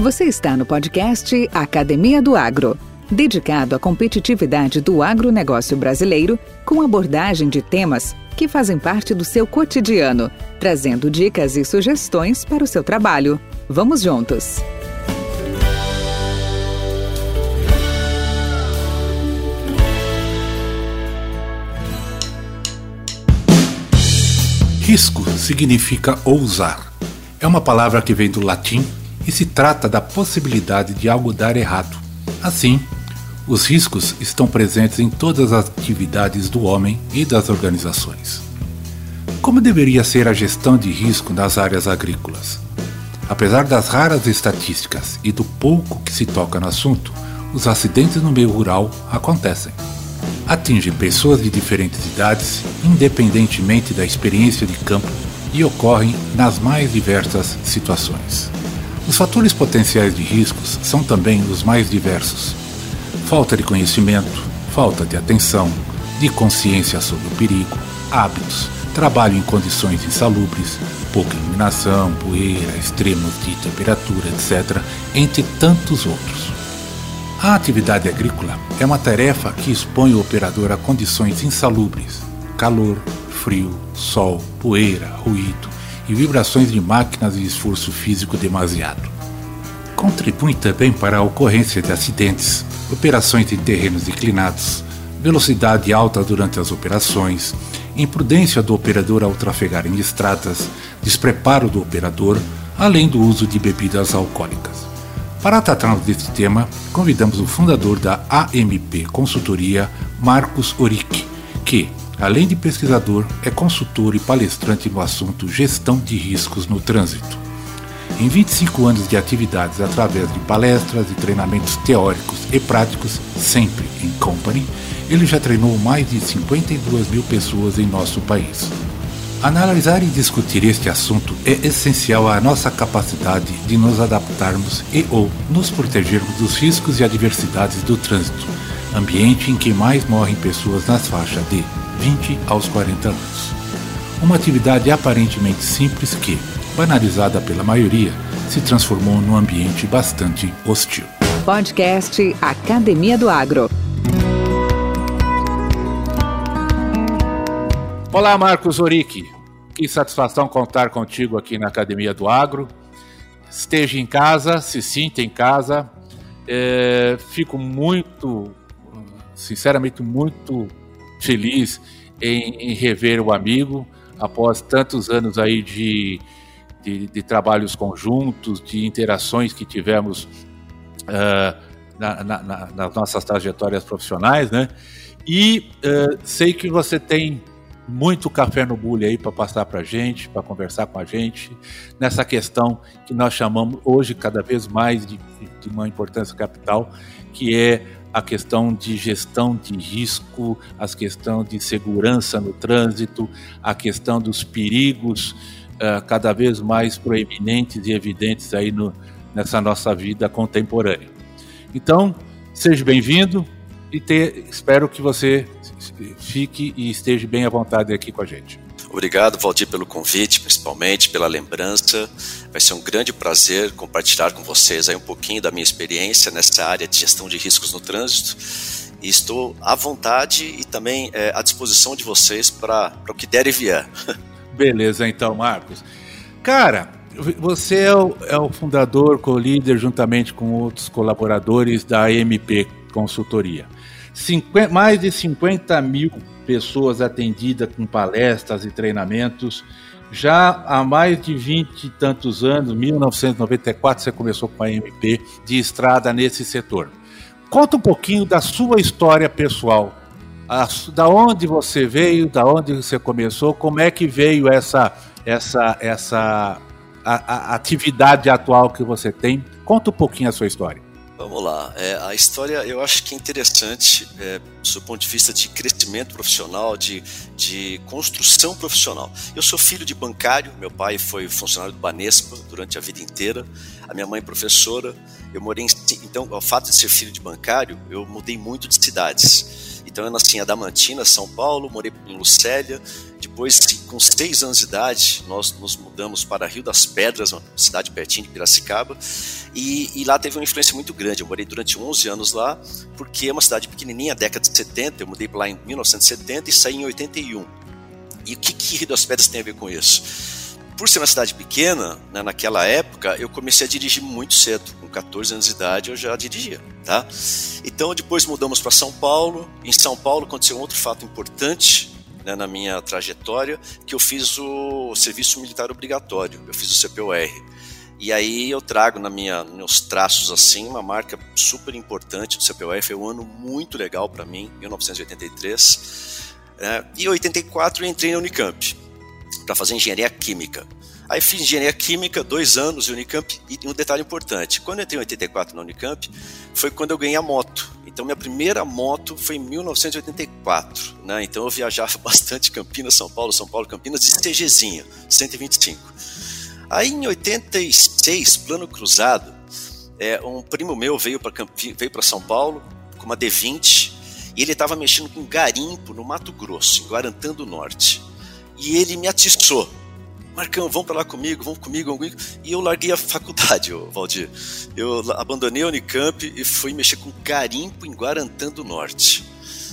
Você está no podcast Academia do Agro, dedicado à competitividade do agronegócio brasileiro, com abordagem de temas que fazem parte do seu cotidiano, trazendo dicas e sugestões para o seu trabalho. Vamos juntos! Risco significa ousar. É uma palavra que vem do latim e se trata da possibilidade de algo dar errado. Assim, os riscos estão presentes em todas as atividades do homem e das organizações. Como deveria ser a gestão de risco nas áreas agrícolas? Apesar das raras estatísticas e do pouco que se toca no assunto, os acidentes no meio rural acontecem. Atingem pessoas de diferentes idades, independentemente da experiência de campo, e ocorrem nas mais diversas situações. Os fatores potenciais de riscos são também os mais diversos. Falta de conhecimento, falta de atenção, de consciência sobre o perigo, hábitos, trabalho em condições insalubres, pouca iluminação, poeira, extremos de temperatura, etc., entre tantos outros. A atividade agrícola é uma tarefa que expõe o operador a condições insalubres, calor, frio, sol, poeira, ruído e vibrações de máquinas e esforço físico demasiado. Contribui também para a ocorrência de acidentes, operações em terrenos inclinados, velocidade alta durante as operações, imprudência do operador ao trafegar em estradas, despreparo do operador, além do uso de bebidas alcoólicas. Para tratarmos deste tema, convidamos o fundador da AMP Consultoria, Marcos Oric, que, além de pesquisador, é consultor e palestrante no assunto Gestão de Riscos no Trânsito. Em 25 anos de atividades através de palestras e treinamentos teóricos e práticos, sempre em company, ele já treinou mais de 52 mil pessoas em nosso país. Analisar e discutir este assunto é essencial à nossa capacidade de nos adaptarmos e ou nos protegermos dos riscos e adversidades do trânsito, ambiente em que mais morrem pessoas nas faixas de 20 aos 40 anos. Uma atividade aparentemente simples que, banalizada pela maioria, se transformou num ambiente bastante hostil. Podcast Academia do Agro. Olá, Marcos Oric. Que satisfação contar contigo aqui na Academia do Agro. Esteja em casa, se sinta em casa. Fico sinceramente, muito feliz em rever o amigo após tantos anos aí de trabalhos conjuntos, de interações que tivemos nas nossas trajetórias profissionais, né? E sei que você tem muito café no bule aí para passar para a gente, para conversar com a gente, nessa questão que nós chamamos hoje cada vez mais de uma importância capital, que é a questão de gestão de risco, a questão de segurança no trânsito, a questão dos perigos cada vez mais proeminentes e evidentes aí nessa nossa vida contemporânea. Então, seja bem-vindo e espero que você fique e esteja bem à vontade aqui com a gente. Obrigado, Valdir, pelo convite, principalmente pela lembrança. Vai ser um grande prazer compartilhar com vocês aí um pouquinho da minha experiência nessa área de gestão de riscos no trânsito. E estou à vontade e também à disposição de vocês para o que der e vier. Beleza, então, Marcos. Cara, você é o fundador, co-líder, juntamente com outros colaboradores da AMP Consultoria. Mais de 50 mil pessoas atendidas com palestras e treinamentos. Já há mais de 20 e tantos anos, 1994, você começou com a AMP de estrada nesse setor. Conta um pouquinho da sua história pessoal. Da onde você veio, da onde você começou, como é que veio essa atividade atual que você tem. Conta um pouquinho a sua história. Vamos lá, a história eu acho que é interessante do ponto de vista de crescimento profissional, de construção profissional. Eu sou filho de bancário, meu pai foi funcionário do Banespa durante a vida inteira, a minha mãe professora, então ao fato de ser filho de bancário, eu mudei muito de cidades. Então eu nasci em Adamantina, São Paulo, morei em Lucélia. Depois, com 6 anos de idade, nós nos mudamos para Rio das Pedras, uma cidade pertinho de Piracicaba, e lá teve uma influência muito grande. Eu morei durante 11 anos lá, porque é uma cidade pequenininha, década de 70, eu mudei para lá em 1970 e saí em 81. E o que Rio das Pedras tem a ver com isso? Por ser uma cidade pequena, né, naquela época, eu comecei a dirigir muito cedo. Com 14 anos de idade eu já dirigia, tá? Então depois mudamos para São Paulo. Em São Paulo aconteceu um outro fato importante, né, na minha trajetória, que eu fiz o serviço militar obrigatório, eu fiz o CPOR. E aí eu trago nos meus traços assim, uma marca super importante do CPOR. Foi um ano muito legal para mim, 1983. E em 84 eu entrei na Unicamp para fazer engenharia química. Aí fiz engenharia química, 2 anos em Unicamp, e um detalhe importante, quando eu entrei em 84 na Unicamp, foi quando eu ganhei a moto. Então minha primeira moto foi em 1984, né? Então eu viajava bastante Campinas, São Paulo, Campinas, de CGzinha, 125. Aí em 86, plano cruzado, um primo meu veio para São Paulo com uma D20, e ele estava mexendo com garimpo no Mato Grosso, em Guarantã do Norte. E ele me atiçou. Marcão, vamos para lá comigo, vamos comigo. E eu larguei a faculdade, Valdir. Eu abandonei a Unicamp e fui mexer com garimpo em Guarantã do Norte.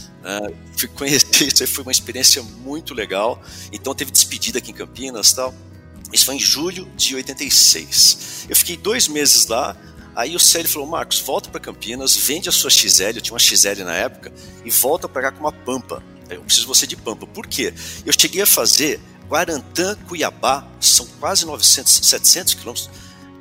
Fui conhecer, isso foi uma experiência muito legal. Então teve despedida aqui em Campinas e tal. Isso foi em julho de 86. Eu fiquei 2 meses lá. Aí o Célio falou, Marcos, volta para Campinas, vende a sua XL, eu tinha uma XL na época, e volta para cá com uma Pampa. Eu preciso de você de Pampa. Por quê? Eu cheguei a fazer Guarantã, Cuiabá, são quase 700 quilômetros.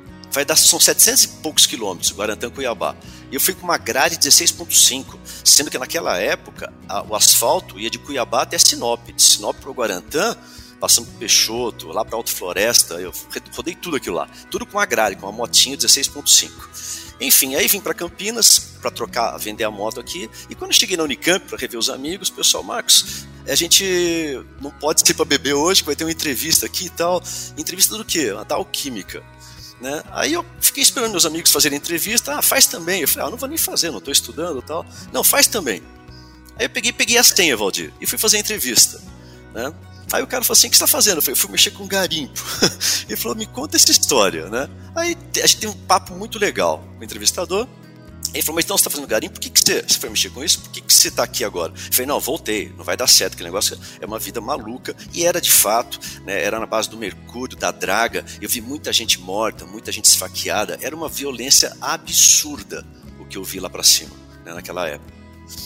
São 700 e poucos quilômetros, Guarantã, Cuiabá. E eu fui com uma grade 16.5, sendo que naquela época o asfalto ia de Cuiabá até Sinop. De Sinop para o Guarantã, passando por Peixoto, lá para Alta Floresta, eu rodei tudo aquilo lá. Tudo com a grade, com uma motinha 16.5. Enfim, aí vim para Campinas para vender a moto aqui, e quando eu cheguei na Unicamp para rever os amigos, pessoal, Marcos, a gente não pode ser para beber hoje, que vai ter uma entrevista aqui e tal. Entrevista do quê? Da Alquímica, né? Aí eu fiquei esperando meus amigos fazerem entrevista. Faz também. Eu falei, não vou nem fazer, não estou estudando e tal. Não, faz também. Aí eu peguei a senha, Valdir, e fui fazer a entrevista, né? Aí o cara falou assim, o que você está fazendo? Eu fui mexer com garimpo. Ele falou, me conta essa história, né? Aí a gente tem um papo muito legal com o entrevistador. Ele falou, mas então você está fazendo garimpo, por que você foi mexer com isso? Por que você está aqui agora? Eu falei, não, voltei, não vai dar certo, aquele negócio é uma vida maluca. E era de fato, né, era na base do mercúrio, da draga, eu vi muita gente morta, muita gente esfaqueada, era uma violência absurda o que eu vi lá para cima, né, naquela época.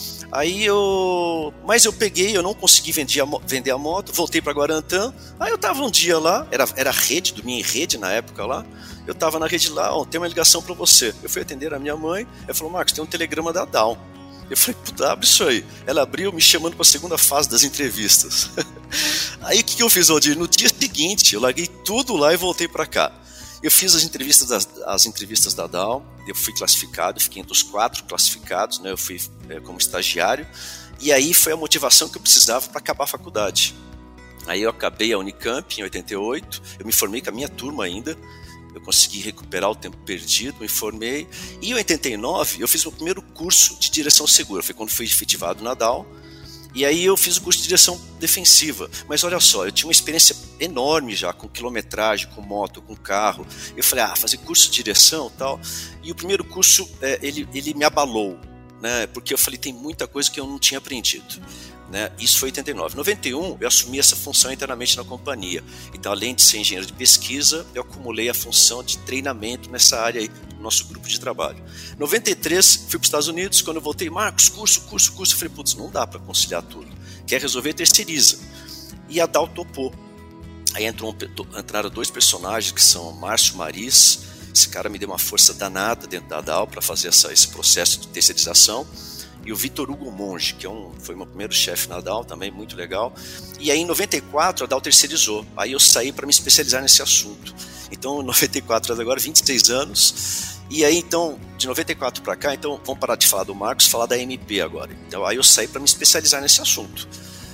Mas eu não consegui vender a moto, voltei para Guarantã. Aí eu tava um dia lá, era rede, dormia em rede na época lá. Eu tava na rede lá, tem uma ligação para você. Eu fui atender a minha mãe, ela falou, Marcos, tem um telegrama da Dow. Eu falei, puta, abre isso aí. Ela abriu me chamando para a segunda fase das entrevistas. Aí o que eu fiz, Valdir? No dia seguinte, eu larguei tudo lá e voltei para cá. Eu fiz as entrevistas da Dow, eu fui classificado, fiquei entre os 4 classificados, né? Eu fui como estagiário, e aí foi a motivação que eu precisava para acabar a faculdade. Aí eu acabei a Unicamp em 88, eu me formei com a minha turma ainda, eu consegui recuperar o tempo perdido, me formei, e em 89 eu fiz meu primeiro curso de direção segura, foi quando fui efetivado na Dow. E aí eu fiz o curso de direção defensiva. Mas olha só, eu tinha uma experiência enorme já com quilometragem, com moto, com carro. Eu falei, fazer curso de direção e tal. E o primeiro curso, ele me abalou, né? Porque eu falei, tem muita coisa que eu não tinha aprendido. Né? Isso foi em 89. Em 91, eu assumi essa função internamente na companhia. Então, além de ser engenheiro de pesquisa, eu acumulei a função de treinamento nessa área aí, do nosso grupo de trabalho. Em 93, fui para os Estados Unidos. Quando eu voltei, Marcos, curso. Eu falei, putz, não dá para conciliar tudo. Quer resolver, terceiriza. E a Dow topou. Aí entraram 2 personagens, que são Márcio Maris. Esse cara me deu uma força danada dentro da Dow para fazer esse processo de terceirização. E o Vitor Hugo Monge, que foi meu primeiro chefe na Dow, também muito legal. E aí em 94 a Dow terceirizou. Aí eu saí para me especializar nesse assunto. Então em 94, agora 26 anos. E aí então, de 94 para cá, então vamos parar de falar do Marcos, falar da MP agora. Então aí eu saí para me especializar nesse assunto.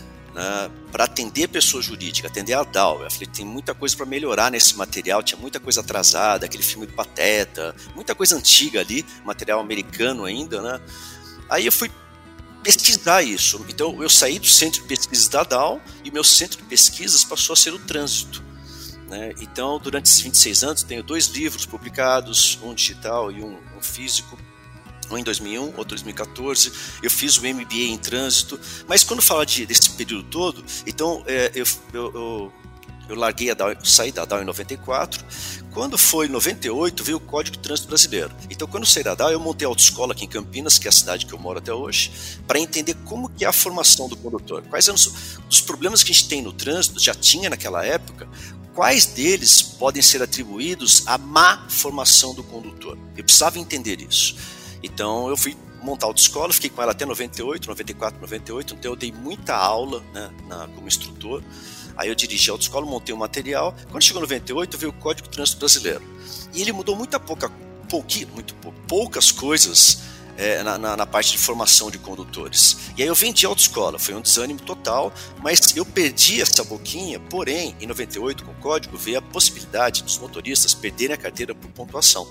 Né, para atender pessoa jurídica, atender a Dow. Eu falei, tem muita coisa para melhorar nesse material, tinha muita coisa atrasada, aquele filme do Pateta, muita coisa antiga ali, material americano ainda, né? Aí eu fui pesquisar isso. Então eu saí do centro de pesquisas da Dow e meu centro de pesquisas passou a ser o trânsito, né? Então durante esses 26 anos tenho 2 livros publicados, um digital e um físico, um em 2001, outro em 2014. Eu fiz o MBA em trânsito, mas quando fala desse período todo, então eu larguei a Dow, saí da Dow em 94. Quando foi em 98, veio o Código de Trânsito Brasileiro. Então, quando eu saí da Dow, eu montei a autoescola aqui em Campinas, que é a cidade que eu moro até hoje, para entender como que é a formação do condutor. Quais eram os problemas que a gente tem no trânsito, já tinha naquela época, quais deles podem ser atribuídos à má formação do condutor. Eu precisava entender isso. Então, eu fui montar a autoescola, fiquei com ela até 98, 94, 98, então eu dei muita aula, né, como instrutor. Aí eu dirigi a autoescola, montei o material. Quando chegou em 98, veio o Código de Trânsito Brasileiro. E ele mudou poucas coisas na parte de formação de condutores. E aí eu vendi a autoescola, foi um desânimo total, mas eu perdi essa boquinha, porém, em 98, com o Código, veio a possibilidade dos motoristas perderem a carteira por pontuação.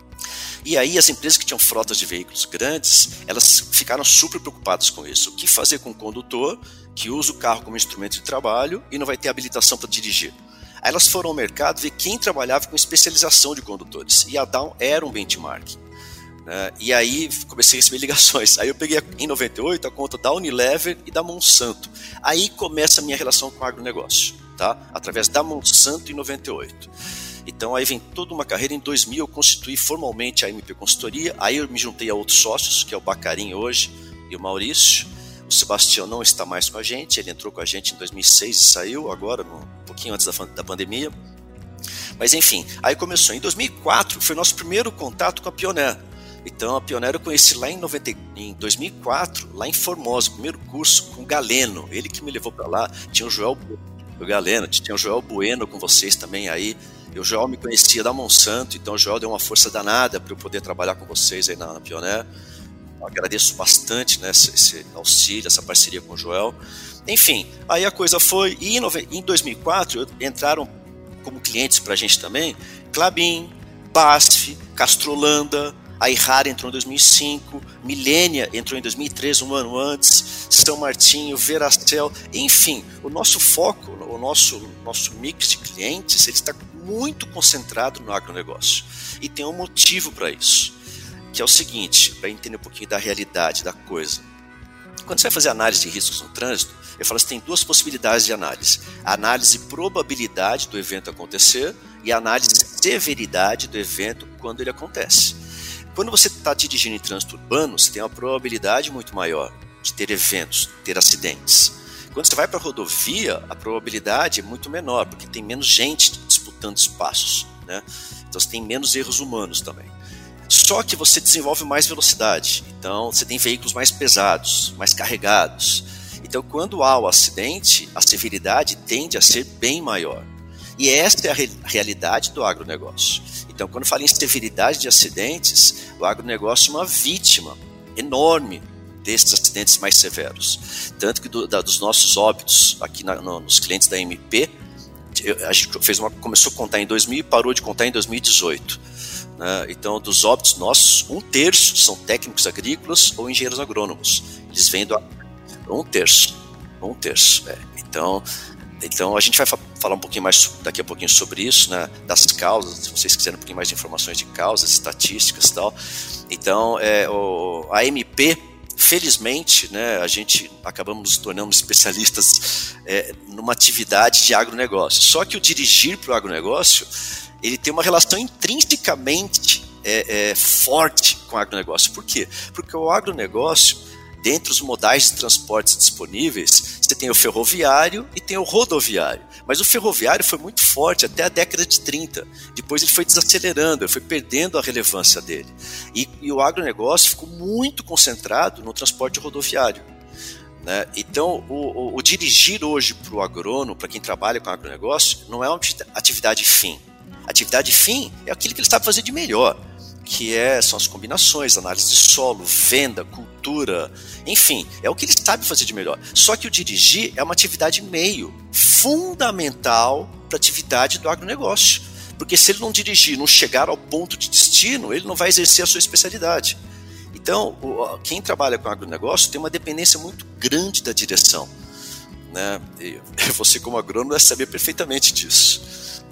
E aí as empresas que tinham frotas de veículos grandes, elas ficaram super preocupadas com isso. O que fazer com o condutor que usa o carro como instrumento de trabalho e não vai ter habilitação para dirigir? Aí elas foram ao mercado ver quem trabalhava com especialização de condutores. E a Dow era um benchmark, né? E aí comecei a receber ligações. Aí eu peguei em 98 a conta da Unilever e da Monsanto. Aí começa a minha relação com o agronegócio, tá? Através da Monsanto em 98. Então aí vem toda uma carreira. Em 2000 eu constituí formalmente a MP Consultoria, aí eu me juntei a outros sócios, que é o Bacarim hoje e o Maurício. O Sebastião não está mais com a gente, ele entrou com a gente em 2006 e saiu agora, um pouquinho antes da pandemia. Mas enfim, aí começou. Em 2004 foi nosso primeiro contato com a Pioneer. Então a Pioneer eu conheci lá em 2004, lá em Formosa, o primeiro curso com o Galeno, ele que me levou para lá. Tinha o Joel Galeno, tinha o Joel Bueno com vocês também aí. E o Joel me conhecia da Monsanto, então o Joel deu uma força danada para eu poder trabalhar com vocês aí na Pioneer. Eu agradeço bastante, né, esse auxílio, essa parceria com o Joel. Enfim, aí a coisa foi. E em 2004 entraram como clientes para a gente também Klabin, BASF, Castrolanda, a Ihara entrou em 2005, Milênia entrou em 2003, um ano antes, São Martinho, Veracel, enfim, o nosso foco, o nosso mix de clientes, ele está muito concentrado no agronegócio. E tem um motivo para isso, que é o seguinte, para entender um pouquinho da realidade da coisa. Quando você vai fazer análise de riscos no trânsito, eu falo assim, tem 2 possibilidades de análise. A análise de probabilidade do evento acontecer e a análise de severidade do evento quando ele acontece. Quando você está dirigindo em trânsito urbano, você tem uma probabilidade muito maior de ter eventos, ter acidentes. Quando você vai para a rodovia, a probabilidade é muito menor, porque tem menos gente disputando espaços, né? Então você tem menos erros humanos também. Só que você desenvolve mais velocidade, então você tem veículos mais pesados, mais carregados. Então quando há o acidente, a severidade tende a ser bem maior. E essa é a realidade do agronegócio. Então, quando fala em severidade de acidentes, o agronegócio é uma vítima enorme desses acidentes mais severos. Tanto que dos nossos óbitos aqui nos clientes da MP, a gente começou a contar em 2000 e parou de contar em 2018. Né? Então, dos óbitos nossos, 1/3 são técnicos agrícolas ou engenheiros agrônomos. Eles vêm do 1/3. Então a gente vai falar um pouquinho mais daqui a pouquinho sobre isso, né, das causas, se vocês quiserem um pouquinho mais de informações de causas, estatísticas e tal. Então a MP, felizmente, né, a gente acabamos nos tornando especialistas numa atividade de agronegócio. Só que o dirigir para o agronegócio, ele tem uma relação intrinsecamente forte com o agronegócio. Por quê? Porque o agronegócio, dentre os modais de transportes disponíveis, você tem o ferroviário e tem o rodoviário. Mas o ferroviário foi muito forte até a década de 30. Depois ele foi desacelerando, ele foi perdendo a relevância dele. E o agronegócio ficou muito concentrado no transporte rodoviário, né? Então, o dirigir hoje para o agrônomo, para quem trabalha com agronegócio, não é uma atividade fim. Atividade fim é aquilo que ele sabe fazer de melhor, que são as combinações, análise de solo, venda, cultura, enfim, é o que ele sabe fazer de melhor. Só que o dirigir é uma atividade meio, fundamental para a atividade do agronegócio. Porque se ele não dirigir, não chegar ao ponto de destino, ele não vai exercer a sua especialidade. Então, quem trabalha com agronegócio tem uma dependência muito grande da direção, né? E você, como agrônomo, deve saber perfeitamente disso.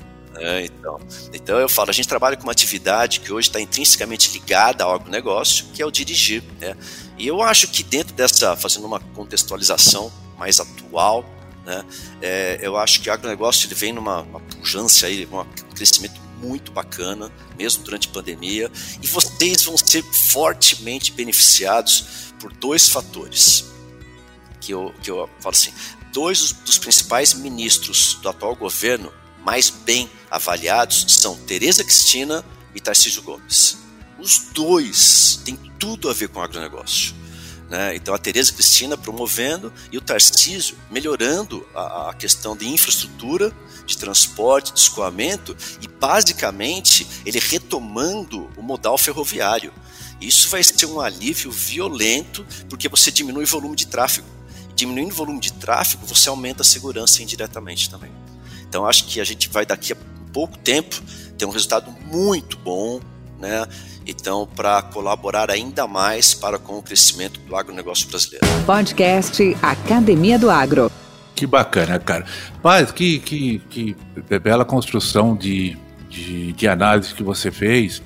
Então eu falo, a gente trabalha com uma atividade que hoje está intrinsecamente ligada ao agronegócio, que é o dirigir, né? E eu acho que dentro dessa, fazendo uma contextualização mais atual, né, eu acho que o agronegócio ele vem numa pujança, aí, um crescimento muito bacana, mesmo durante a pandemia, e vocês vão ser fortemente beneficiados por dois fatores, que eu falo assim, dois dos principais ministros do atual governo mais bem avaliados são Tereza Cristina e Tarcísio Gomes. Os dois têm tudo a ver com o agronegócio, né? Então a Tereza Cristina promovendo e o Tarcísio melhorando a questão de infraestrutura, de transporte, de escoamento e basicamente ele retomando o modal ferroviário. Isso vai ser um alívio violento porque você diminui o volume de tráfego. E diminuindo o volume de tráfego você aumenta a segurança indiretamente também. Então acho que a gente vai daqui a pouco tempo ter um resultado muito bom, né? Então, para colaborar ainda mais com o crescimento do agronegócio brasileiro. Podcast Academia do Agro. Que bacana, cara. Paz, que bela construção de análise que você fez.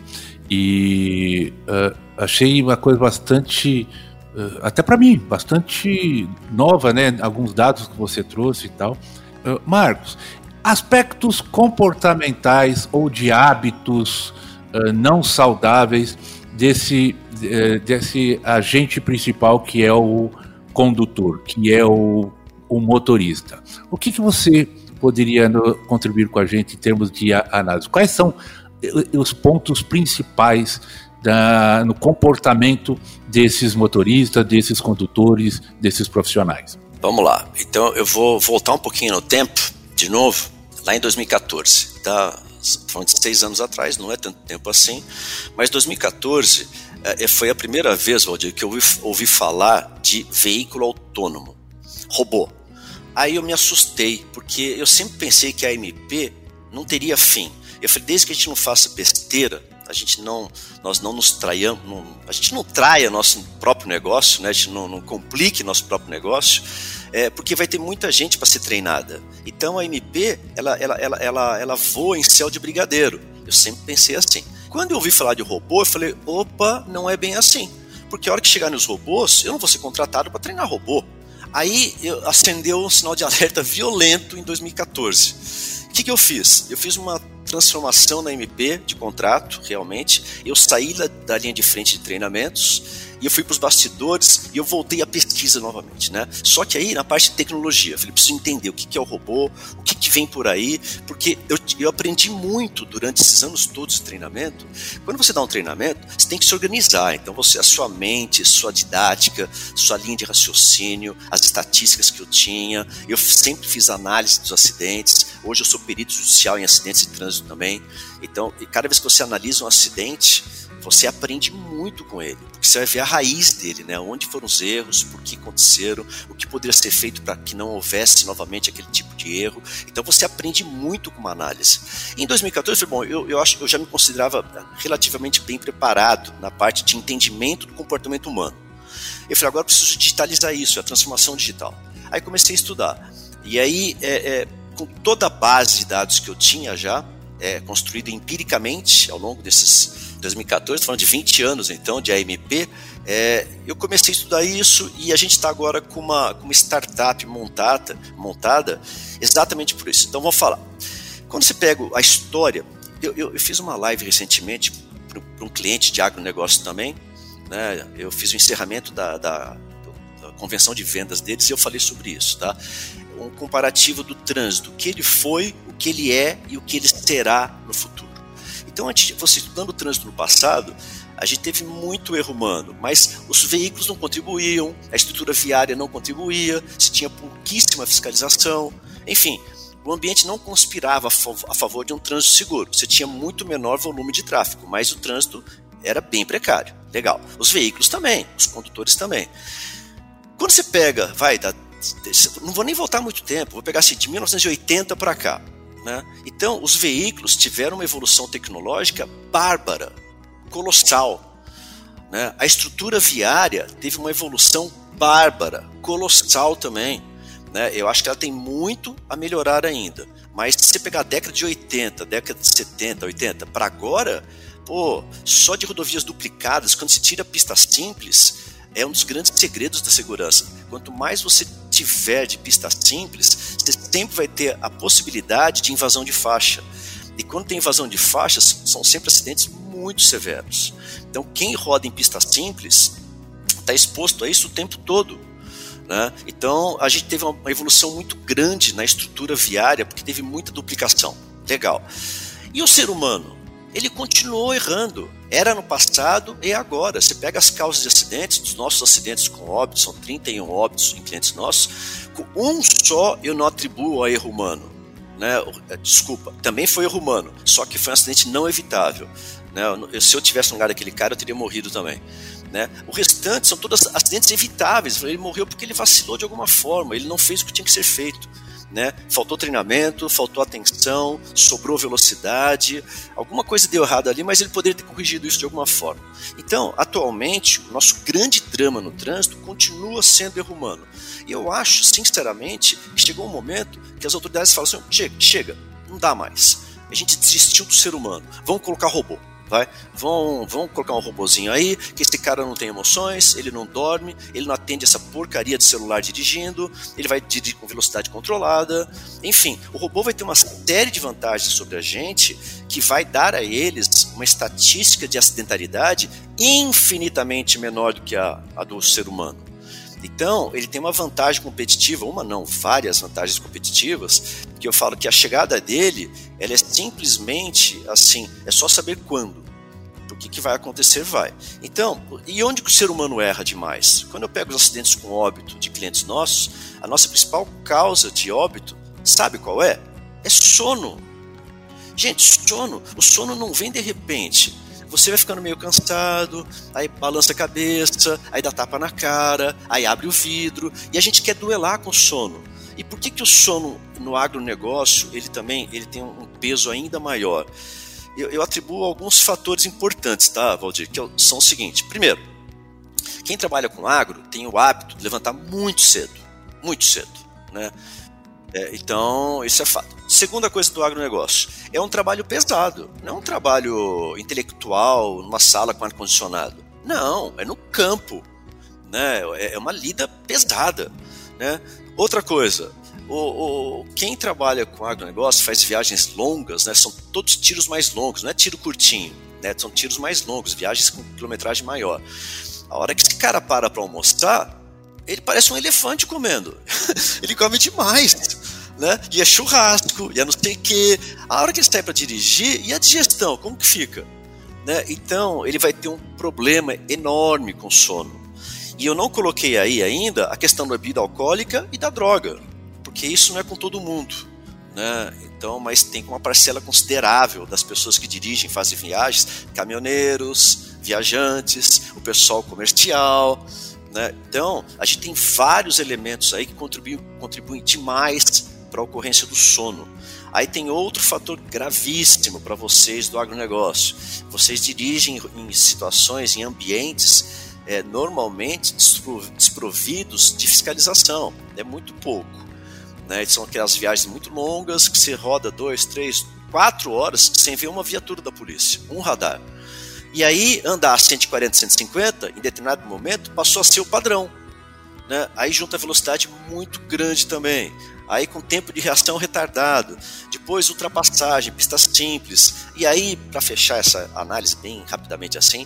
E achei uma coisa bastante, até para mim, bastante nova, né? Alguns dados que você trouxe e tal. Marcos, aspectos comportamentais ou de hábitos não saudáveis desse agente principal que é o condutor, que é o motorista. O que você poderia contribuir com a gente em termos de análise? Quais são os pontos principais no comportamento desses motoristas, desses condutores, desses profissionais? Vamos lá. Então eu vou voltar um pouquinho no tempo, de novo, lá em 2014, tá? Falando de 6 anos atrás, não é tanto tempo assim, mas 2014 foi a primeira vez, Valdir, que eu ouvi falar de veículo autônomo, robô. Aí eu me assustei, porque eu sempre pensei que a MP não teria fim. Eu falei, desde que a gente não faça besteira, nós não nos traiamos, a gente não traia nosso próprio negócio, né? A gente não complique nosso próprio negócio, porque vai ter muita gente para ser treinada. Então a MP, ela voa em céu de brigadeiro. Eu sempre pensei assim. Quando eu ouvi falar de robô, eu falei, opa, não é bem assim. Porque a hora que chegar nos robôs, eu não vou ser contratado para treinar robô. Aí acendeu um sinal de alerta violento em 2014. O que eu fiz? Eu fiz uma transformação na MP de contrato, realmente. Eu saí da linha de frente de treinamentos e eu fui para os bastidores e eu voltei à pesquisa novamente, né? Só que aí na parte de tecnologia, eu falei, preciso entender o que é o robô, o que vem por aí, porque eu aprendi muito durante esses anos todos de treinamento. Quando você dá um treinamento, você tem que se organizar. Então a sua mente, sua didática, sua linha de raciocínio, as estatísticas que eu tinha, eu sempre fiz análise dos acidentes. Hoje eu sou perito judicial em acidentes de trânsito também. Então, cada vez que você analisa um acidente, você aprende muito com ele, porque você vai ver a raiz dele, né? Onde foram os erros, por que aconteceram, o que poderia ser feito para que não houvesse novamente aquele tipo de erro. Então você aprende muito com uma análise. E em 2014, bom, eu acho que eu já me considerava relativamente bem preparado na parte de entendimento do comportamento humano. Eu falei, agora eu preciso digitalizar isso, a transformação digital. Aí comecei a estudar. E aí, com toda a base de dados que eu tinha já, construída empiricamente ao longo desses 2014, falando de 20 anos então de AMP, eu comecei a estudar isso e a gente está agora com uma startup montada exatamente por isso. Então vamos falar. Quando você pega a história, eu fiz uma live recentemente para um cliente de agronegócio também, né? Eu fiz o encerramento da convenção de vendas deles e eu falei sobre isso, tá? Um comparativo do trânsito, o que ele foi, o que ele é e o que ele será no futuro. Então, você estudando o trânsito no passado, a gente teve muito erro humano, mas os veículos não contribuíam, a estrutura viária não contribuía, se tinha pouquíssima fiscalização, enfim, o ambiente não conspirava a favor de um trânsito seguro. Você tinha muito menor volume de tráfego, mas o trânsito era bem precário. Legal. Os veículos também, os condutores também. Quando você pega, não vou nem voltar muito tempo, vou pegar assim, de 1980 para cá, né? Então, os veículos tiveram uma evolução tecnológica bárbara, colossal. né? A estrutura viária teve uma evolução bárbara, colossal também, né? Eu acho que ela tem muito a melhorar ainda. Mas se você pegar a década de 80, década de 70, 80, para agora, só de rodovias duplicadas, quando se tira pista simples, é um dos grandes segredos da segurança. Quanto mais você tiver de pista simples, você sempre vai ter a possibilidade de invasão de faixa. E quando tem invasão de faixas, são sempre acidentes muito severos. Então, quem roda em pista simples está exposto a isso o tempo todo, né? Então, a gente teve uma evolução muito grande na estrutura viária, porque teve muita duplicação. Legal. E o ser humano? Ele continuou errando. Era no passado e agora. Você pega as causas de acidentes, dos nossos acidentes com óbitos, são 31 óbitos em clientes nossos, com um só eu não atribuo a erro humano. Né? Desculpa, também foi erro humano, só que foi um acidente não evitável, né? Se eu tivesse no lugar daquele cara, eu teria morrido também, né? O restante são todos acidentes evitáveis. Ele morreu porque ele vacilou de alguma forma, ele não fez o que tinha que ser feito, né? Faltou treinamento, faltou atenção, sobrou velocidade, alguma coisa deu errado ali, mas ele poderia ter corrigido isso de alguma forma. Então, atualmente, o nosso grande drama no trânsito continua sendo erro humano. E eu acho, sinceramente, que chegou um momento que as autoridades falam assim, chega, não dá mais. A gente desistiu do ser humano, vamos colocar robô. Vão colocar um robozinho aí, que esse cara não tem emoções, ele não dorme, ele não atende essa porcaria de celular dirigindo, ele vai dirigir com velocidade controlada. Enfim, o robô vai ter uma série de vantagens sobre a gente que vai dar a eles uma estatística de acidentalidade infinitamente menor do que a do ser humano. Então, ele tem uma vantagem competitiva, várias vantagens competitivas, que eu falo que a chegada dele, ela é simplesmente assim, é só saber quando. Porque que vai acontecer, vai. Então, e onde que o ser humano erra demais? Quando eu pego os acidentes com óbito de clientes nossos, a nossa principal causa de óbito, sabe qual é? É sono. Gente, sono. O sono não vem de repente. Você vai ficando meio cansado, aí balança a cabeça, aí dá tapa na cara, aí abre o vidro, e a gente quer duelar com o sono. E por que o sono no agronegócio ele tem um peso ainda maior? Eu atribuo alguns fatores importantes, tá, Valdir? Que são o seguinte: primeiro, quem trabalha com agro tem o hábito de levantar muito cedo, né? Então, isso é fato. Segunda coisa do agronegócio, é um trabalho pesado, não é um trabalho intelectual, numa sala com ar-condicionado. Não, é no campo, né? É uma lida pesada, né? Outra coisa, quem trabalha com agronegócio faz viagens longas, né? São todos tiros mais longos, não é tiro curtinho, né? São tiros mais longos, viagens com quilometragem maior. A hora que esse cara para almoçar, ele parece um elefante comendo. Ele come demais, né? E é churrasco, e é não sei o quê. A hora que ele sai para dirigir, e a digestão, como que fica? Né? Então, ele vai ter um problema enorme com sono. E eu não coloquei aí ainda a questão da bebida alcoólica e da droga, porque isso não é com todo mundo, né? Então, mas tem uma parcela considerável das pessoas que dirigem, fazem viagens, caminhoneiros, viajantes, o pessoal comercial, né? Então, a gente tem vários elementos aí que contribuem demais para a ocorrência do sono. Aí tem outro fator gravíssimo para vocês do agronegócio. Vocês dirigem em situações, em ambientes normalmente desprovidos de fiscalização. É muito pouco, né? São aquelas viagens muito longas que você roda 2, 3, 4 horas sem ver uma viatura da polícia, um radar. E aí andar 140, 150, em determinado momento, passou a ser o padrão, né? Aí junta a velocidade muito grande também. Aí com tempo de reação retardado. Depois ultrapassagem, pista simples. E aí, para fechar essa análise bem rapidamente assim,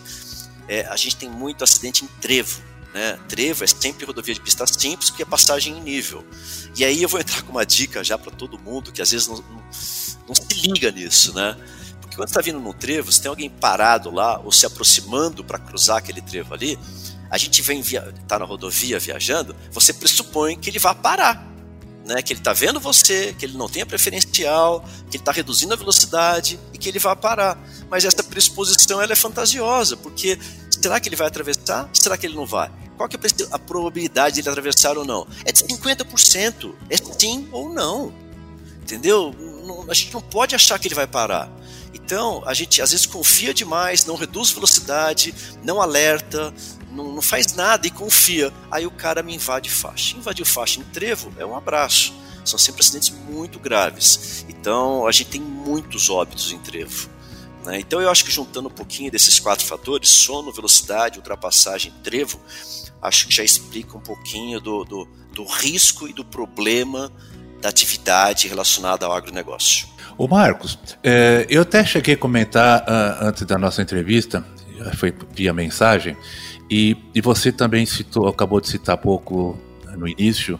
a gente tem muito acidente em trevo, né? Trevo é sempre rodovia de pista simples, porque é passagem em nível. E aí eu vou entrar com uma dica já para todo mundo, que às vezes não se liga nisso, né? Porque quando você está vindo num trevo, se tem alguém parado lá, ou se aproximando para cruzar aquele trevo ali, a gente tá na rodovia viajando, você pressupõe que ele vai parar, né? Que ele está vendo você, que ele não tem a preferencial, que ele está reduzindo a velocidade e que ele vai parar. Mas essa pressuposição ela é fantasiosa, porque será que ele vai atravessar? Será que ele não vai? Qual que é a probabilidade de ele atravessar ou não? É de 50%, é sim ou não, entendeu? a gente não pode achar que ele vai parar. Então, a gente às vezes confia demais, não reduz velocidade, não alerta, não faz nada e confia. Aí o cara me invade faixa. Invadiu faixa em trevo é um abraço. São sempre acidentes muito graves. Então, a gente tem muitos óbitos em trevo. Né? Então, eu acho que juntando um pouquinho desses 4 fatores, sono, velocidade, ultrapassagem, trevo, acho que já explica um pouquinho do risco e do problema da atividade relacionada ao agronegócio. Ô Marcos, eu até cheguei a comentar antes da nossa entrevista, foi via mensagem, e você também acabou de citar pouco no início,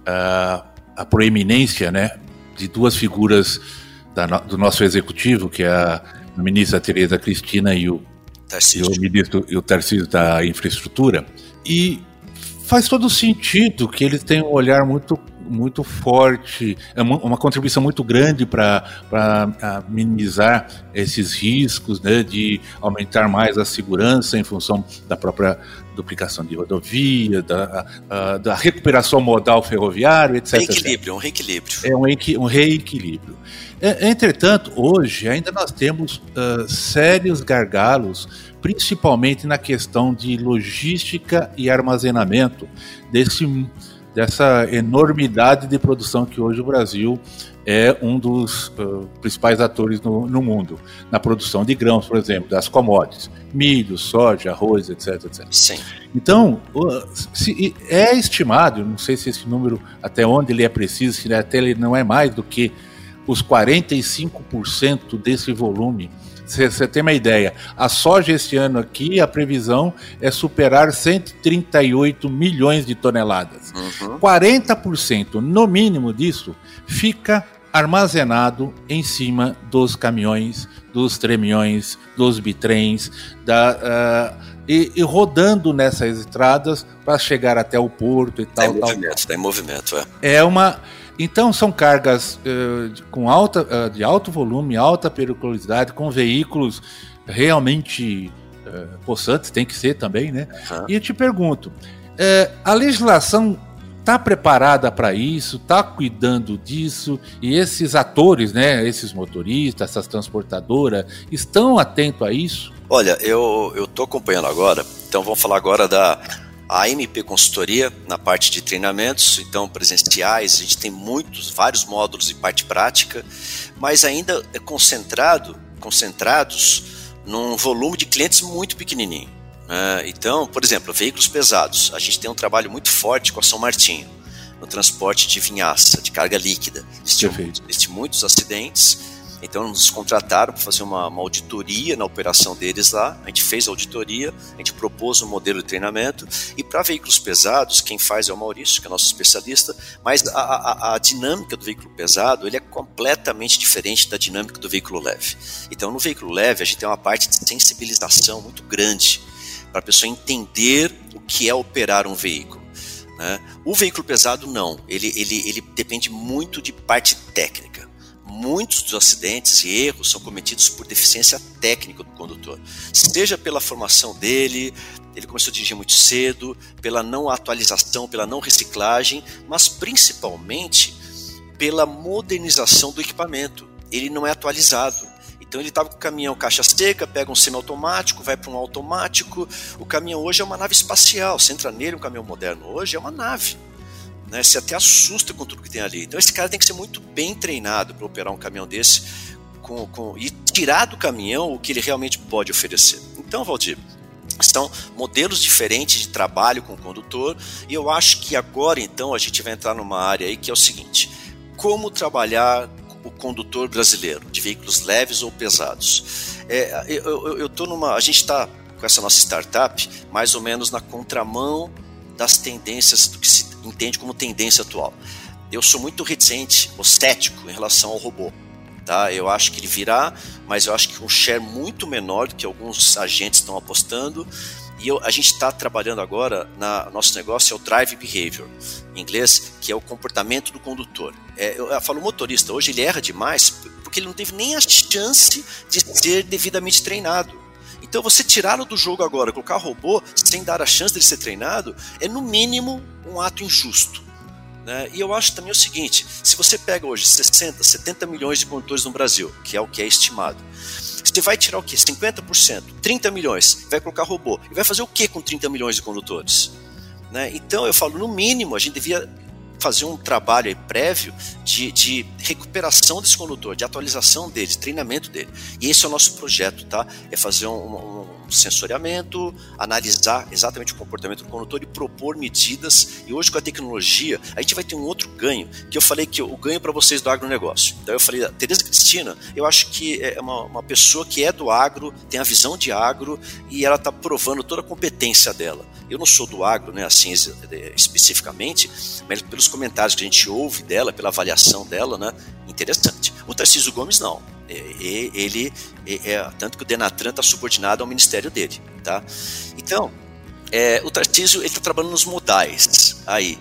a proeminência, né, de 2 figuras do nosso executivo, que é a ministra Tereza Cristina e o Tarcísio da Infraestrutura, e faz todo sentido que eles tenham um olhar muito forte, uma contribuição muito grande para minimizar esses riscos, né, de aumentar mais a segurança em função da própria duplicação de rodovia, da recuperação modal ferroviária, etc. Um reequilíbrio. É um reequilíbrio. Entretanto, hoje ainda nós temos sérios gargalos, principalmente na questão de logística e armazenamento dessa enormidade de produção que hoje o Brasil é um dos principais atores no mundo, na produção de grãos, por exemplo, das commodities, milho, soja, arroz, etc. Sim. Então, é estimado, não sei se esse número, até onde ele é preciso, se até ele não é mais do que os 45% desse volume. Você tem uma ideia, a soja esse ano aqui, a previsão é superar 138 milhões de toneladas. 40% no mínimo disso fica armazenado em cima dos caminhões, dos tremiões, dos bitrens, e rodando nessas estradas para chegar até o porto e tal. Está em movimento. Então são cargas de alto volume, alta periculosidade, com veículos realmente possantes, tem que ser também, né? E eu te pergunto, a legislação está preparada para isso, está cuidando disso, e esses atores, né, esses motoristas, essas transportadoras, estão atentos a isso? Olha, eu estou acompanhando agora, então vamos falar agora da AMP Consultoria na parte de treinamentos, então presenciais, a gente tem vários módulos de parte prática, mas ainda concentrados num volume de clientes muito pequenininho. Então, por exemplo, veículos pesados, a gente tem um trabalho muito forte com a São Martinho, no transporte de vinhaça, de carga líquida. Existem muitos acidentes. Então nos contrataram para fazer uma auditoria na operação deles lá, a gente fez a auditoria, a gente propôs um modelo de treinamento, e para veículos pesados, quem faz é o Maurício, que é nosso especialista, mas a dinâmica do veículo pesado, ele é completamente diferente da dinâmica do veículo leve. Então no veículo leve a gente tem uma parte de sensibilização muito grande, para a pessoa entender o que é operar um veículo. Né? O veículo pesado não, ele depende muito de parte técnica. Muitos dos acidentes e erros são cometidos por deficiência técnica do condutor, seja pela formação dele, ele começou a dirigir muito cedo, pela não atualização, pela não reciclagem, mas principalmente pela modernização do equipamento. Ele não é atualizado. Então ele estava com o caminhão caixa seca, pega um semiautomático, vai para um automático. O caminhão hoje é uma nave espacial, você entra nele, um caminhão moderno hoje é uma nave. Né, você até assusta com tudo que tem ali. Então esse cara tem que ser muito bem treinado para operar um caminhão desse e tirar do caminhão o que ele realmente pode oferecer. Então, Valdir, são modelos diferentes de trabalho com o condutor, e eu acho que agora então a gente vai entrar numa área aí que é o seguinte: como trabalhar o condutor brasileiro de veículos leves ou pesados. A gente está com essa nossa startup mais ou menos na contramão das tendências do que se entende como tendência atual. Eu sou muito reticente, ou cético em relação ao robô. Tá? Eu acho que ele virá, mas eu acho que um share muito menor do que alguns agentes estão apostando. E a gente está trabalhando agora, nosso negócio é o Drive Behavior, em inglês, que é o comportamento do condutor. Eu falo motorista, hoje ele erra demais porque ele não teve nem a chance de ser devidamente treinado. Então você tirá-lo do jogo agora, colocar robô sem dar a chance dele ser treinado, é no mínimo um ato injusto. né? E eu acho também o seguinte, se você pega hoje 60, 70 milhões de condutores no Brasil, que é o que é estimado, você vai tirar o quê? 50%, 30 milhões, vai colocar robô. E vai fazer o quê com 30 milhões de condutores? Né? Então eu falo, no mínimo, a gente devia fazer um trabalho aí prévio de recuperação desse condutor, de atualização dele, de treinamento dele. E esse é o nosso projeto, tá? É fazer um sensoriamento, analisar exatamente o comportamento do condutor e propor medidas. E hoje, com a tecnologia, a gente vai ter um outro ganho, que eu falei que o ganho para vocês do agronegócio. Então eu falei, a Tereza Cristina, eu acho que é uma pessoa que é do agro, tem a visão de agro e ela está provando toda a competência dela. Eu não sou do agro, né, assim, especificamente, mas pelos comentários que a gente ouve dela, pela avaliação dela, né, interessante. O Tarcísio Gomes não. Ele tanto que o Denatran está subordinado ao ministério dele, tá? Então, o Tarcísio está trabalhando nos modais aí.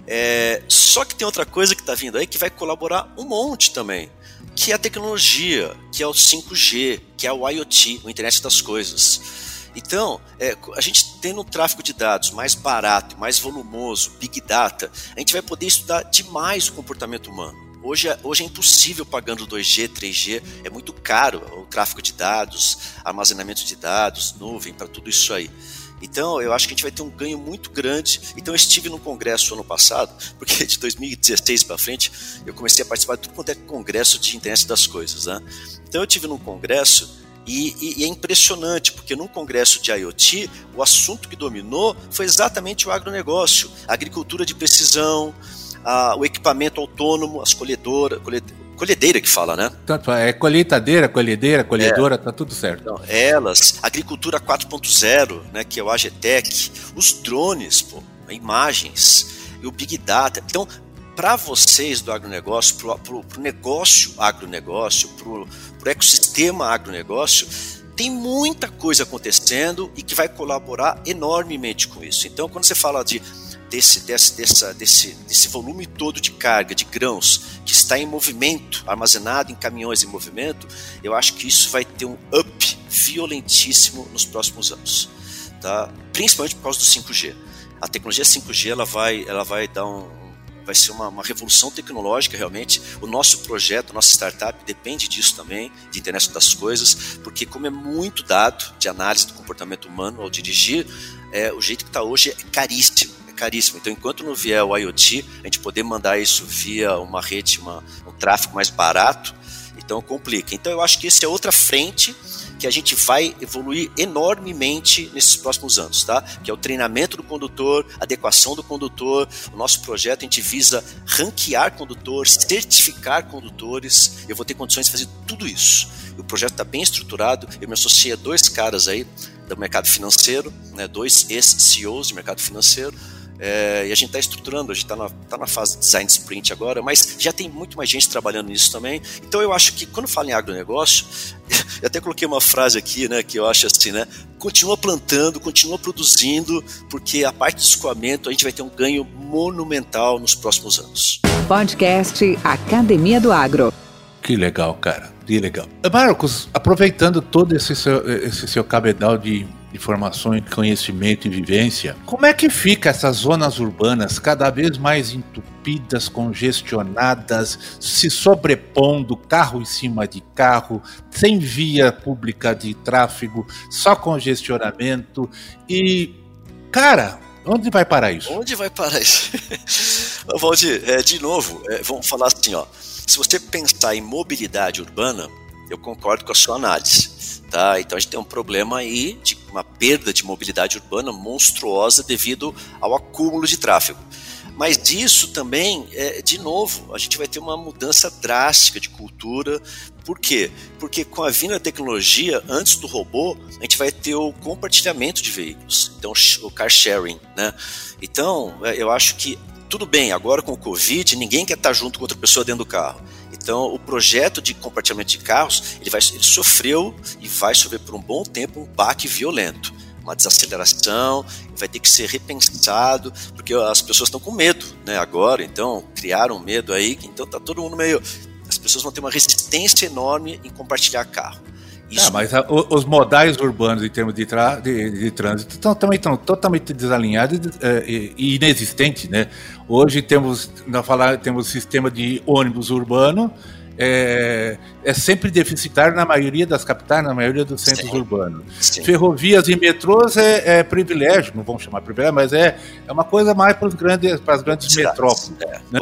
Só que tem outra coisa que está vindo aí que vai colaborar um monte também, que é a tecnologia, que é o 5G, que é o IoT, o Internet das Coisas. Então, a gente tendo um tráfego de dados mais barato, mais volumoso, Big Data, a gente vai poder estudar demais o comportamento humano. Hoje é impossível pagando 2G, 3G, é muito caro o tráfego de dados, armazenamento de dados, nuvem, para tudo isso aí. Então, eu acho que a gente vai ter um ganho muito grande. Então, eu estive no congresso ano passado, porque de 2016 para frente, eu comecei a participar de tudo quanto é congresso de internet das coisas, né? Então, eu estive num congresso e é impressionante, porque num congresso de IoT, o assunto que dominou foi exatamente o agronegócio, a agricultura de precisão, o equipamento autônomo, as colhedeira que fala, né? É colheitadeira, colhedora, tá tudo certo. Então, agricultura 4.0, né, que é o AGTEC, os drones, imagens e o Big Data. Então, para vocês do agronegócio, para o negócio agronegócio, para o ecossistema agronegócio, tem muita coisa acontecendo e que vai colaborar enormemente com isso. Então, quando você fala desse volume todo de carga, de grãos, que está em movimento, armazenado em caminhões em movimento, eu acho que isso vai ter um up violentíssimo nos próximos anos, tá? Principalmente por causa do 5G. A tecnologia 5G ela vai dar vai ser uma revolução tecnológica realmente. O nosso projeto, a nossa startup depende disso também, de internet das coisas, porque como é muito dado de análise do comportamento humano ao dirigir, o jeito que está hoje é caríssimo. Então, enquanto não vier o IoT, a gente poder mandar isso via uma rede, um tráfego mais barato, então complica. Então, eu acho que essa é outra frente que a gente vai evoluir enormemente nesses próximos anos, tá? Que é o treinamento do condutor, adequação do condutor. O nosso projeto, a gente visa ranquear condutores, certificar condutores. Eu vou ter condições de fazer tudo isso. O projeto está bem estruturado. Eu me associei a 2 caras aí do mercado financeiro, né? 2 ex-CEOs de mercado financeiro. E a gente está estruturando, a gente está na fase de design sprint agora, mas já tem muito mais gente trabalhando nisso também. Então eu acho que quando fala em agronegócio, eu até coloquei uma frase aqui, né, que eu acho assim, né, continua plantando, continua produzindo, porque a parte de escoamento a gente vai ter um ganho monumental nos próximos anos. Podcast Academia do Agro. Que legal, cara, que legal. Marcos, aproveitando todo esse seu cabedal de informações, conhecimento e vivência, como é que fica essas zonas urbanas cada vez mais entupidas, congestionadas, se sobrepondo, carro em cima de carro, sem via pública de tráfego, só congestionamento e, cara, onde vai parar isso? Onde vai parar isso? Valdir, de novo, vamos falar assim, ó, se você pensar em mobilidade urbana, eu concordo com a sua análise. Tá? Então a gente tem um problema aí de uma perda de mobilidade urbana monstruosa devido ao acúmulo de tráfego. Mas isso também, de novo, a gente vai ter uma mudança drástica de cultura. Por quê? Porque com a vinda da tecnologia, antes do robô, a gente vai ter o compartilhamento de veículos, então o car sharing, né? Então eu acho que tudo bem, agora com o Covid, ninguém quer estar junto com outra pessoa dentro do carro. Então, o projeto de compartilhamento de carros, ele sofreu e vai sofrer por um bom tempo um baque violento, uma desaceleração, vai ter que ser repensado, porque as pessoas estão com medo, né, agora, então criaram medo aí, então está todo mundo meio... As pessoas vão ter uma resistência enorme em compartilhar carro. Isso... mas os modais urbanos em termos de trânsito também estão totalmente desalinhados e inexistentes, né? Hoje temos sistema de ônibus urbano, é sempre deficitário na maioria das capitais, na maioria dos centros urbanos. Sim. Ferrovias e metrôs é privilégio, não vamos chamar privilégio, mas é uma coisa mais para as grandes metrópoles. Né?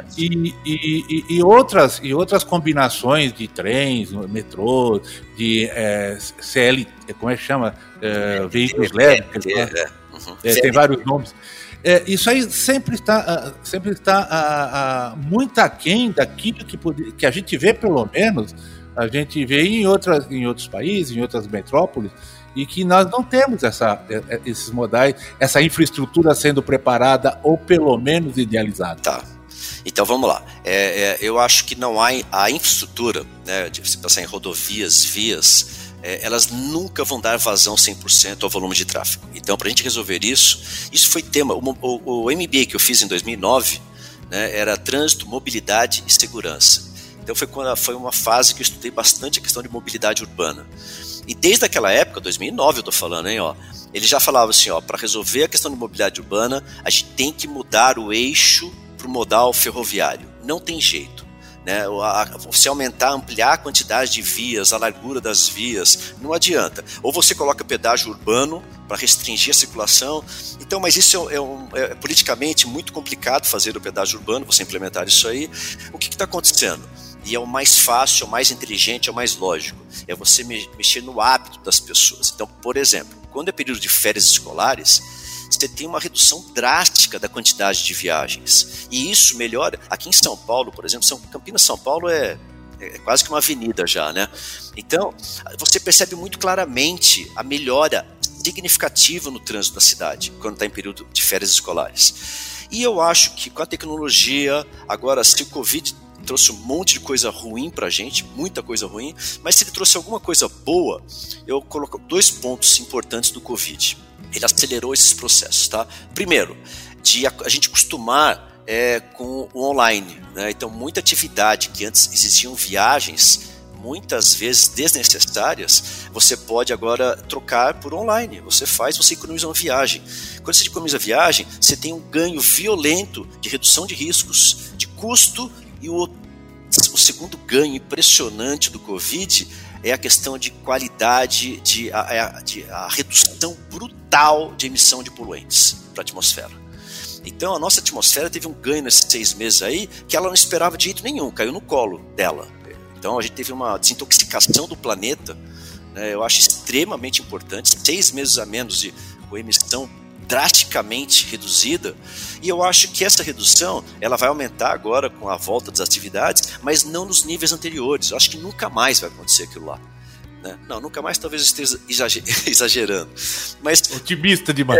E outras combinações de trens, metrô, de CL, como é que chama? Veículos leves. Tem vários nomes. Isso aí sempre está muito aquém daquilo que a gente vê, pelo menos, a gente vê em outros países, em outras metrópoles, e que nós não temos esses modais, essa infraestrutura sendo preparada ou pelo menos idealizada. Tá. Então vamos lá. Eu acho que não há a infraestrutura, né, de você pensar em rodovias, vias, elas nunca vão dar vazão 100% ao volume de tráfego. Então, para a gente resolver isso foi tema. O MBA que eu fiz em 2009, né, era trânsito, mobilidade e segurança. Então foi uma fase que eu estudei bastante a questão de mobilidade urbana. E desde aquela época, 2009 eu estou falando, hein, ele já falava assim, para resolver a questão de mobilidade urbana, a gente tem que mudar o eixo para o modal ferroviário. Não tem jeito. Né, você ampliar a quantidade de vias, a largura das vias, não adianta. Ou você coloca pedágio urbano para restringir a circulação. Então, mas isso é politicamente muito complicado fazer o pedágio urbano, você implementar isso aí. O que está acontecendo? E é o mais fácil, é o mais inteligente, é o mais lógico. É você mexer no hábito das pessoas. Então, por exemplo, quando é período de férias escolares, você tem uma redução drástica da quantidade de viagens. E isso melhora. Aqui em São Paulo, por exemplo, Campinas, São Paulo é quase que uma avenida já, né? Então, você percebe muito claramente a melhora significativa no trânsito da cidade, quando está em período de férias escolares. E eu acho que com a tecnologia, agora, se o Covid trouxe um monte de coisa ruim pra gente, muita coisa ruim, mas se ele trouxe alguma coisa boa, eu coloco 2 pontos importantes do Covid. Ele acelerou esses processos, tá? Primeiro, de a gente acostumar com o online, né? Então, muita atividade que antes existiam viagens, muitas vezes desnecessárias, você pode agora trocar por online. Você economiza uma viagem. Quando você economiza viagem, você tem um ganho violento de redução de riscos, de custo, e o segundo ganho impressionante do Covid é a questão de qualidade, a redução brutal de emissão de poluentes para a atmosfera. Então a nossa atmosfera teve um ganho nesses 6 meses aí que ela não esperava de jeito nenhum, caiu no colo dela. Então a gente teve uma desintoxicação do planeta, né, eu acho extremamente importante, 6 meses a menos com emissão drasticamente reduzida, e eu acho que essa redução ela vai aumentar agora com a volta das atividades, mas não nos níveis anteriores. Eu acho que nunca mais vai acontecer aquilo lá, né? Não, nunca mais talvez eu esteja exagerando, mas otimista demais.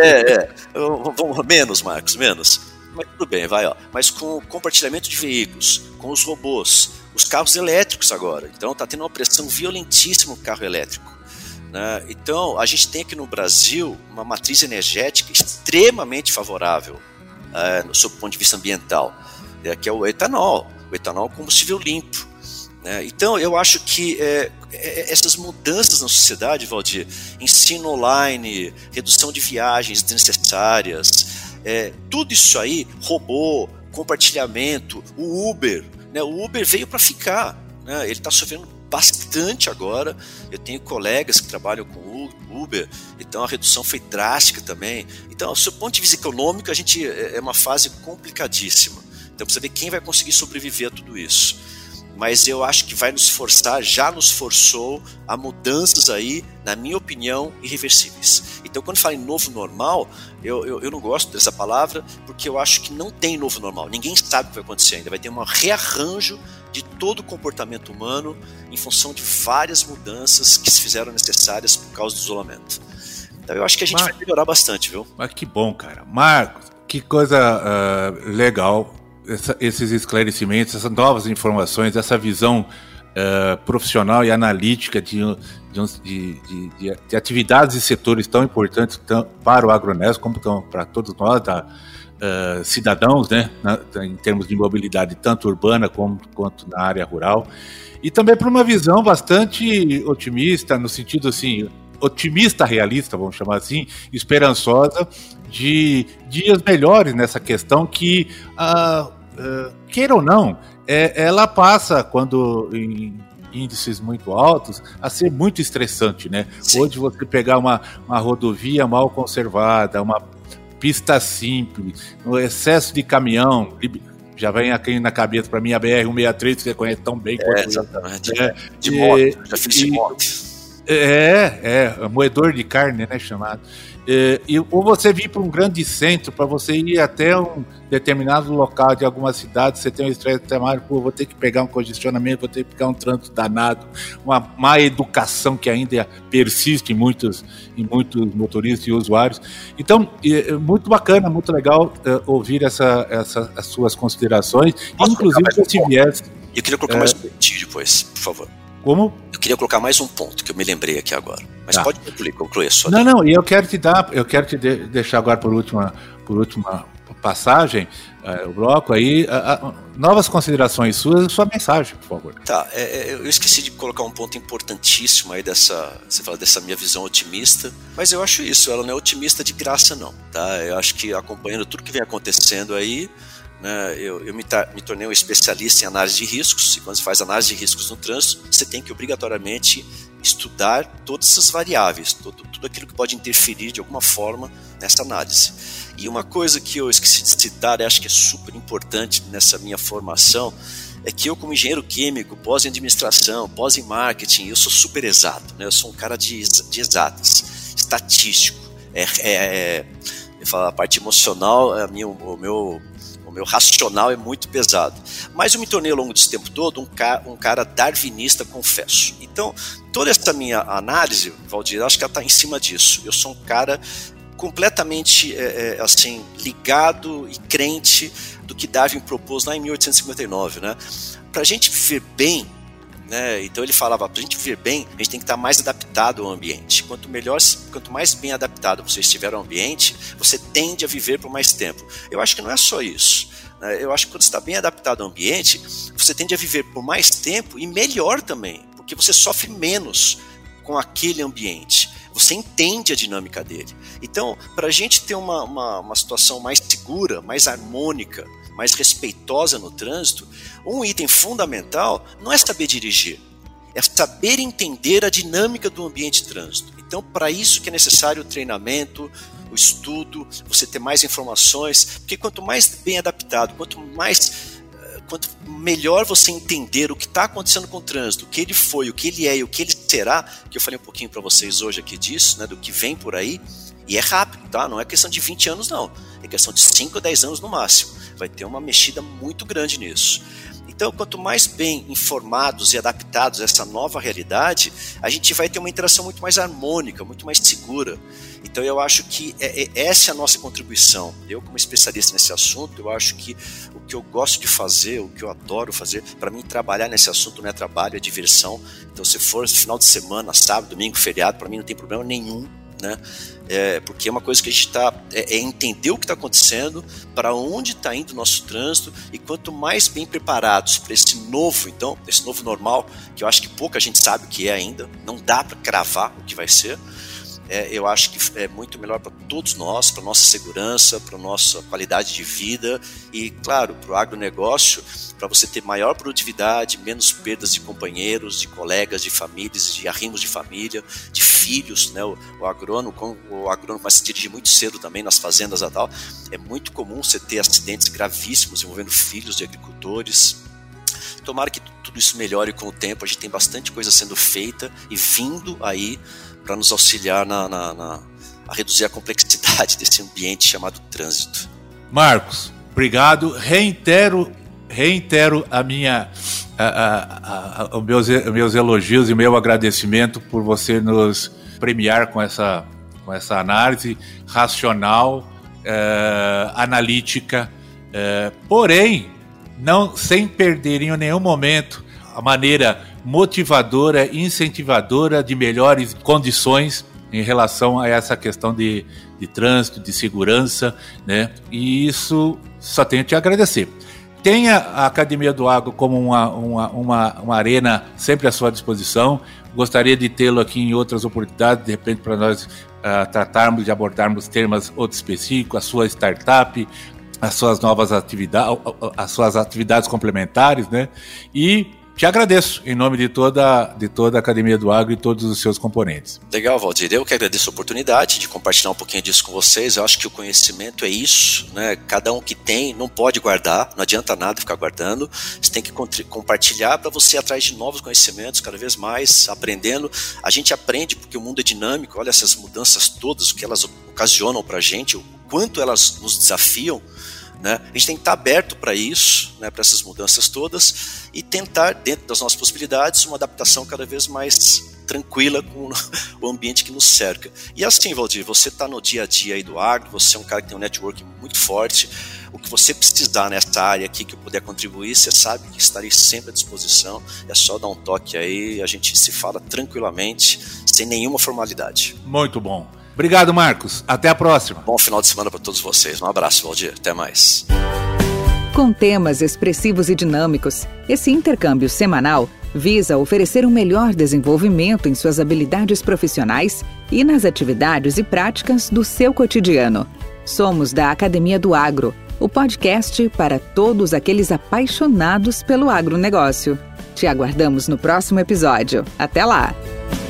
Menos, Marcos, menos, mas tudo bem, mas com o compartilhamento de veículos, com os robôs, os carros elétricos agora, então está tendo uma pressão violentíssima no carro elétrico. Então, a gente tem aqui no Brasil uma matriz energética extremamente favorável sob o ponto de vista ambiental, que é o etanol combustível limpo. Então, eu acho que essas mudanças na sociedade, Valdir, ensino online, redução de viagens desnecessárias, tudo isso aí, robô, compartilhamento, o Uber, né? O Uber veio para ficar, né? Ele está sofrendo bastante agora. Eu tenho colegas que trabalham com Uber, então a redução foi drástica também. Então, do ponto de vista econômico, a gente é uma fase complicadíssima. Então, precisa ver quem vai conseguir sobreviver a tudo isso. Mas eu acho que vai nos forçar, já nos forçou a mudanças aí, na minha opinião, irreversíveis. Então, quando falo em novo normal, eu não gosto dessa palavra, porque eu acho que não tem novo normal. Ninguém sabe o que vai acontecer ainda. Vai ter um rearranjo de todo o comportamento humano em função de várias mudanças que se fizeram necessárias por causa do isolamento. Então, eu acho que a gente vai melhorar bastante, viu? Mas que bom, cara. Marcos, que coisa legal. Esses esclarecimentos, essas novas informações, essa visão profissional e analítica de atividades e setores tão importantes para o agronegócio, como para todos nós cidadãos, né, em termos de mobilidade tanto urbana quanto na área rural, e também por uma visão bastante otimista, no sentido assim, otimista realista, vamos chamar assim, esperançosa, de dias melhores nessa questão que, queira ou não, ela passa, quando em índices muito altos, a ser muito estressante, né? Sim. Hoje você pegar uma rodovia mal conservada, uma pista simples, no excesso de caminhão, já vem aqui na cabeça para mim a BR-163, que você conhece tão bem quanto eu. Exatamente. De moto, já fiz de moto. Moedor de carne, né, chamado. Ou você vir para um grande centro, para você ir até um determinado local de alguma cidade, você tem um estresse temático, vou ter que pegar um congestionamento, vou ter que pegar um trânsito danado, uma má educação que ainda persiste em muitos motoristas e usuários. Então, muito bacana, muito legal ouvir as suas considerações, inclusive esse viés. Eu queria colocar mais um pontinho depois, por favor. Como? Eu queria colocar mais um ponto que eu me lembrei aqui agora. Mas pode concluir só. Não, e eu quero te deixar agora por última passagem, o bloco aí, novas considerações suas e sua mensagem, por favor. Tá, eu esqueci de colocar um ponto importantíssimo aí você fala dessa minha visão otimista, mas eu acho isso, ela não é otimista de graça não, tá? Eu acho que acompanhando tudo que vem acontecendo aí, né, eu me tornei um especialista em análise de riscos, e quando você faz análise de riscos no trânsito, você tem que obrigatoriamente estudar todas essas variáveis, tudo aquilo que pode interferir de alguma forma nessa análise. E uma coisa que eu esqueci de citar, e acho que é super importante nessa minha formação, é que eu, como engenheiro químico, pós em administração, pós em marketing, eu sou super exato, né? Eu sou um cara de exatas, estatístico. Eu falo, a parte emocional, o meu racional é muito pesado. Mas eu me tornei ao longo desse tempo todo um cara darwinista, confesso. Então, toda essa minha análise, Valdir, acho que ela está em cima disso. Eu sou um cara completamente assim, ligado e crente do que Darwin propôs lá em 1859, né? Para a gente viver bem, né? Então ele falava, para a gente viver bem, a gente tem que estar mais adaptado ao ambiente. Quanto mais bem adaptado você estiver ao ambiente, você tende a viver por mais tempo. Eu acho que não é só isso. Eu acho que quando você está bem adaptado ao ambiente, você tende a viver por mais tempo e melhor também, porque você sofre menos com aquele ambiente. Você entende a dinâmica dele. Então, para a gente ter uma situação mais segura, mais harmônica, mais respeitosa no trânsito, um item fundamental não é saber dirigir, é saber entender a dinâmica do ambiente de trânsito. Então, para isso que é necessário o treinamento, o estudo, você ter mais informações, porque quanto mais bem adaptado, quanto melhor você entender o que está acontecendo com o trânsito, o que ele foi, o que ele é e o que ele será, que eu falei um pouquinho para vocês hoje aqui disso, né, do que vem por aí, e é rápido, tá? Não é questão de 20 anos não, é questão de 5 ou 10 anos no máximo, vai ter uma mexida muito grande nisso. Então, quanto mais bem informados e adaptados a essa nova realidade, a gente vai ter uma interação muito mais harmônica, muito mais segura. Então, eu acho que essa é a nossa contribuição. Eu, como especialista nesse assunto, eu acho que o que eu gosto de fazer, o que eu adoro fazer, para mim, trabalhar nesse assunto não é trabalho, é diversão. Então, se for final de semana, sábado, domingo, feriado, para mim não tem problema nenhum, né? Porque é uma coisa que a gente está entender o que está acontecendo, para onde está indo o nosso trânsito, e quanto mais bem preparados para esse novo normal, que eu acho que pouca gente sabe o que é ainda, não dá para cravar o que vai ser, eu acho que é muito melhor para todos nós, para nossa segurança, para nossa qualidade de vida e, claro, para o agronegócio, para você ter maior produtividade, menos perdas de companheiros, de colegas, de famílias, de arrimos de família, de filhos, né? O agrônomo vai se dirigir muito cedo também nas fazendas e tal. É muito comum você ter acidentes gravíssimos envolvendo filhos de agricultores. Tomara que tudo isso melhore com o tempo. A gente tem bastante coisa sendo feita e vindo aí para nos auxiliar a reduzir a complexidade desse ambiente chamado trânsito. Marcos, obrigado. Reitero os meus elogios e o meu agradecimento por você nos premiar com essa análise racional, analítica, porém, não sem perder em nenhum momento a maneira motivadora e incentivadora de melhores condições em relação a essa questão de trânsito, de segurança, né? E isso só tenho a te agradecer. Tenha a Academia do Agro como uma arena sempre à sua disposição. Gostaria de tê-lo aqui em outras oportunidades, de repente para nós tratarmos de abordarmos temas outros específicos, a sua startup, as suas novas atividades, as suas atividades complementares, né? E te agradeço em nome de toda a Academia do Agro e todos os seus componentes. Legal, Valdir. Eu que agradeço a oportunidade de compartilhar um pouquinho disso com vocês. Eu acho que o conhecimento é isso, né? Cada um que tem não pode guardar, não adianta nada ficar guardando. Você tem que compartilhar para você ir atrás de novos conhecimentos, cada vez mais aprendendo. A gente aprende porque o mundo é dinâmico. Olha essas mudanças todas, o que elas ocasionam para a gente, o quanto elas nos desafiam. Né? A gente tem que estar aberto para isso, né, para essas mudanças todas e tentar, dentro das nossas possibilidades, uma adaptação cada vez mais tranquila com o ambiente que nos cerca. E assim, Valdir, você está no dia a dia aí do agro, você é um cara que tem um network muito forte, o que você precisar nessa área aqui que eu puder contribuir, você sabe que estarei sempre à disposição, é só dar um toque aí, a gente se fala tranquilamente, sem nenhuma formalidade. Muito bom. Obrigado, Marcos. Até a próxima. Bom final de semana para todos vocês. Um abraço, Valdir. Até mais. Com temas expressivos e dinâmicos, esse intercâmbio semanal visa oferecer um melhor desenvolvimento em suas habilidades profissionais e nas atividades e práticas do seu cotidiano. Somos da Academia do Agro, o podcast para todos aqueles apaixonados pelo agronegócio. Te aguardamos no próximo episódio. Até lá!